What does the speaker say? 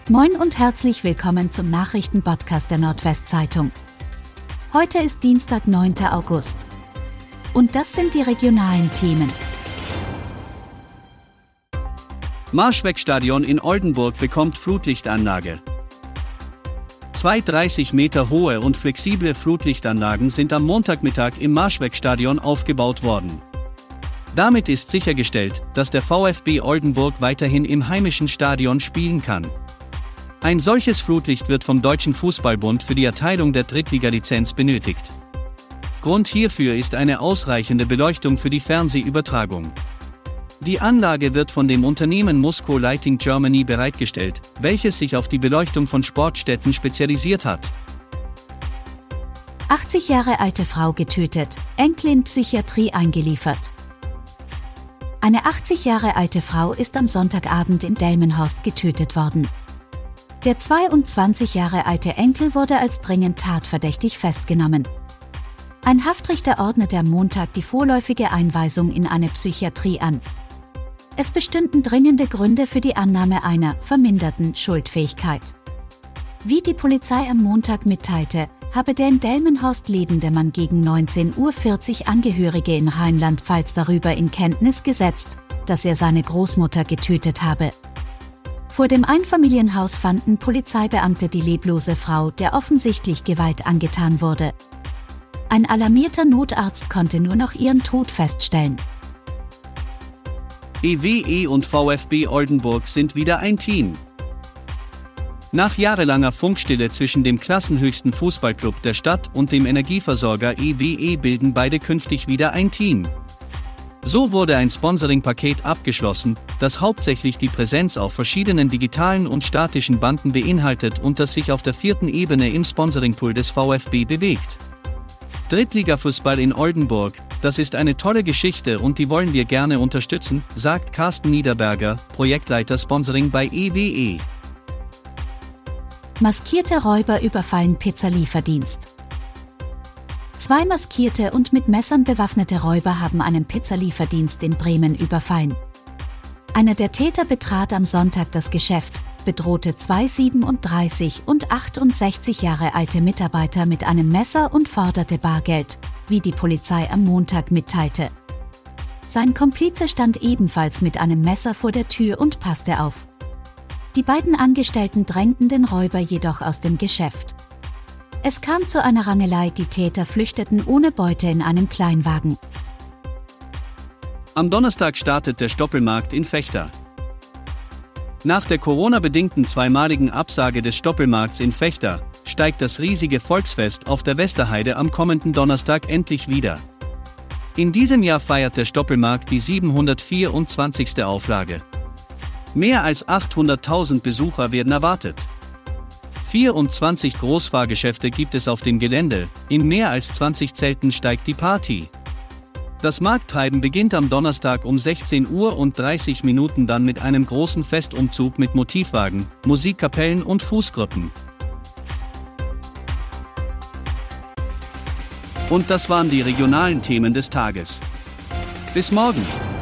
Moin und herzlich willkommen zum Nachrichtenpodcast der Nordwestzeitung. Heute ist Dienstag, 9. August. Und das sind die regionalen Themen. Marschwegstadion in Oldenburg bekommt Flutlichtanlage. Zwei 30 Meter hohe und flexible Flutlichtanlagen sind am Montagmittag im Marschwegstadion aufgebaut worden. Damit ist sichergestellt, dass der VfB Oldenburg weiterhin im heimischen Stadion spielen kann. Ein solches Flutlicht wird vom Deutschen Fußballbund für die Erteilung der Drittligalizenz benötigt. Grund hierfür ist eine ausreichende Beleuchtung für die Fernsehübertragung. Die Anlage wird von dem Unternehmen Musco Lighting Germany bereitgestellt, welches sich auf die Beleuchtung von Sportstätten spezialisiert hat. 80 Jahre alte Frau getötet, Enkelin Psychiatrie eingeliefert. Eine 80 Jahre alte Frau ist am Sonntagabend in Delmenhorst getötet worden. Der 22 Jahre alte Enkel wurde als dringend tatverdächtig festgenommen. Ein Haftrichter ordnete am Montag die vorläufige Einweisung in eine Psychiatrie an. Es bestünden dringende Gründe für die Annahme einer verminderten Schuldfähigkeit. Wie die Polizei am Montag mitteilte, habe der in Delmenhorst lebende Mann gegen 19:40 Uhr Angehörige in Rheinland-Pfalz darüber in Kenntnis gesetzt, dass er seine Großmutter getötet habe. Vor dem Einfamilienhaus fanden Polizeibeamte die leblose Frau, der offensichtlich Gewalt angetan wurde. Ein alarmierter Notarzt konnte nur noch ihren Tod feststellen. EWE und VfB Oldenburg sind wieder ein Team. Nach jahrelanger Funkstille zwischen dem klassenhöchsten Fußballclub der Stadt und dem Energieversorger EWE bilden beide künftig wieder ein Team. So wurde ein Sponsoring-Paket abgeschlossen, das hauptsächlich die Präsenz auf verschiedenen digitalen und statischen Banden beinhaltet und das sich auf der 4. Ebene im Sponsoringpool des VfB bewegt. Drittligafußball in Oldenburg, das ist eine tolle Geschichte und die wollen wir gerne unterstützen, sagt Carsten Niederberger, Projektleiter Sponsoring bei EWE. Maskierte Räuber überfallen Pizzalieferdienst. Zwei maskierte und mit Messern bewaffnete Räuber haben einen Pizzalieferdienst in Bremen überfallen. Einer der Täter betrat am Sonntag das Geschäft, bedrohte zwei 37 und 68 Jahre alte Mitarbeiter mit einem Messer und forderte Bargeld, wie die Polizei am Montag mitteilte. Sein Komplize stand ebenfalls mit einem Messer vor der Tür und passte auf. Die beiden Angestellten drängten den Räuber jedoch aus dem Geschäft. Es kam zu einer Rangelei, die Täter flüchteten ohne Beute in einem Kleinwagen. Am Donnerstag startet der Stoppelmarkt in Vechta. Nach der Corona-bedingten zweimaligen Absage des Stoppelmarkts in Vechta steigt das riesige Volksfest auf der Westerheide am kommenden Donnerstag endlich wieder. In diesem Jahr feiert der Stoppelmarkt die 724. Auflage. Mehr als 800.000 Besucher werden erwartet. 24 Großfahrgeschäfte gibt es auf dem Gelände, in mehr als 20 Zelten steigt die Party. Das Markttreiben beginnt am Donnerstag um 16:30 Uhr dann mit einem großen Festumzug mit Motivwagen, Musikkapellen und Fußgruppen. Und das waren die regionalen Themen des Tages. Bis morgen!